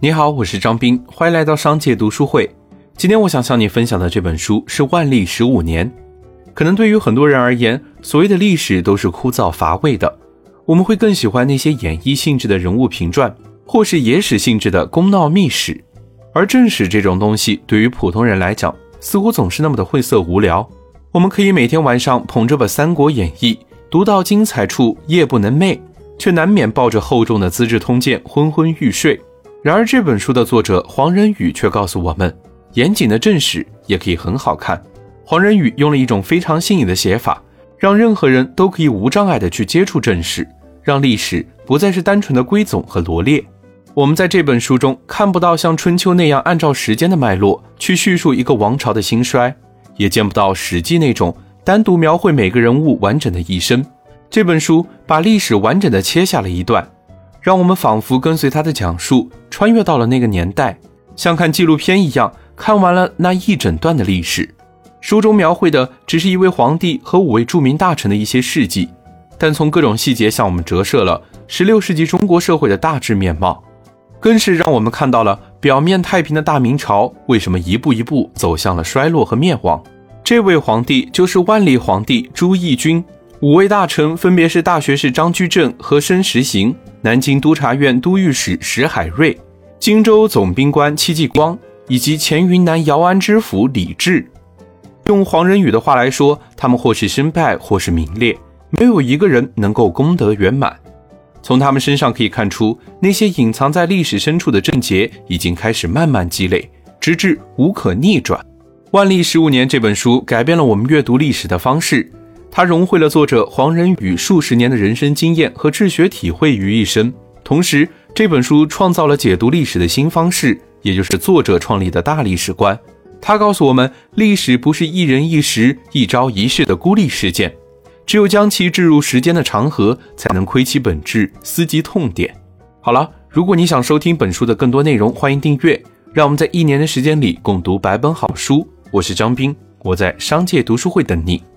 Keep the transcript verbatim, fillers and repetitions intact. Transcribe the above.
你好，我是张斌，欢迎来到商界读书会。今天我想向你分享的这本书是《万历十五年》。可能对于很多人而言，所谓的历史都是枯燥乏味的，我们会更喜欢那些演绎性质的人物评传，或是野史性质的宫闹秘史。而正史这种东西对于普通人来讲，似乎总是那么的晦涩无聊。我们可以每天晚上捧着本《三国演义》，读到精彩处夜不能寐，却难免抱着厚重的《资治通鉴》昏昏欲睡。然而这本书的作者黄仁宇却告诉我们，严谨的正史也可以很好看。黄仁宇用了一种非常新颖的写法，让任何人都可以无障碍地去接触正史，让历史不再是单纯的归总和罗列。我们在这本书中看不到像春秋那样按照时间的脉络去叙述一个王朝的兴衰，也见不到史记那种单独描绘每个人物完整的一生。这本书把历史完整地切下了一段，让我们仿佛跟随他的讲述穿越到了那个年代，像看纪录片一样看完了那一整段的历史。书中描绘的只是一位皇帝和五位著名大臣的一些事迹，但从各种细节向我们折射了十六世纪中国社会的大致面貌，更是让我们看到了表面太平的大明朝为什么一步一步走向了衰落和灭亡。这位皇帝就是万历皇帝朱翊钧，五位大臣分别是大学士张居正和申时行，南京督察院都御史石海瑞，荆州总兵官戚继光，以及前云南姚安知府李治。用黄仁宇的话来说，他们或是身败或是名裂，没有一个人能够功德圆满。从他们身上可以看出，那些隐藏在历史深处的症结已经开始慢慢积累，直至无可逆转。万历十五年这本书改变了我们阅读历史的方式，它融汇了作者黄仁宇数十年的人生经验和治学体会于一身。同时，这本书创造了解读历史的新方式，也就是作者创立的大历史观。他告诉我们，历史不是一人一时、一朝一夕的孤立事件，只有将其置入时间的长河，才能窥其本质，思及痛点。好了，如果你想收听本书的更多内容，欢迎订阅。让我们在一年的时间里共读百本好书。我是张斌，我在商界读书会等你。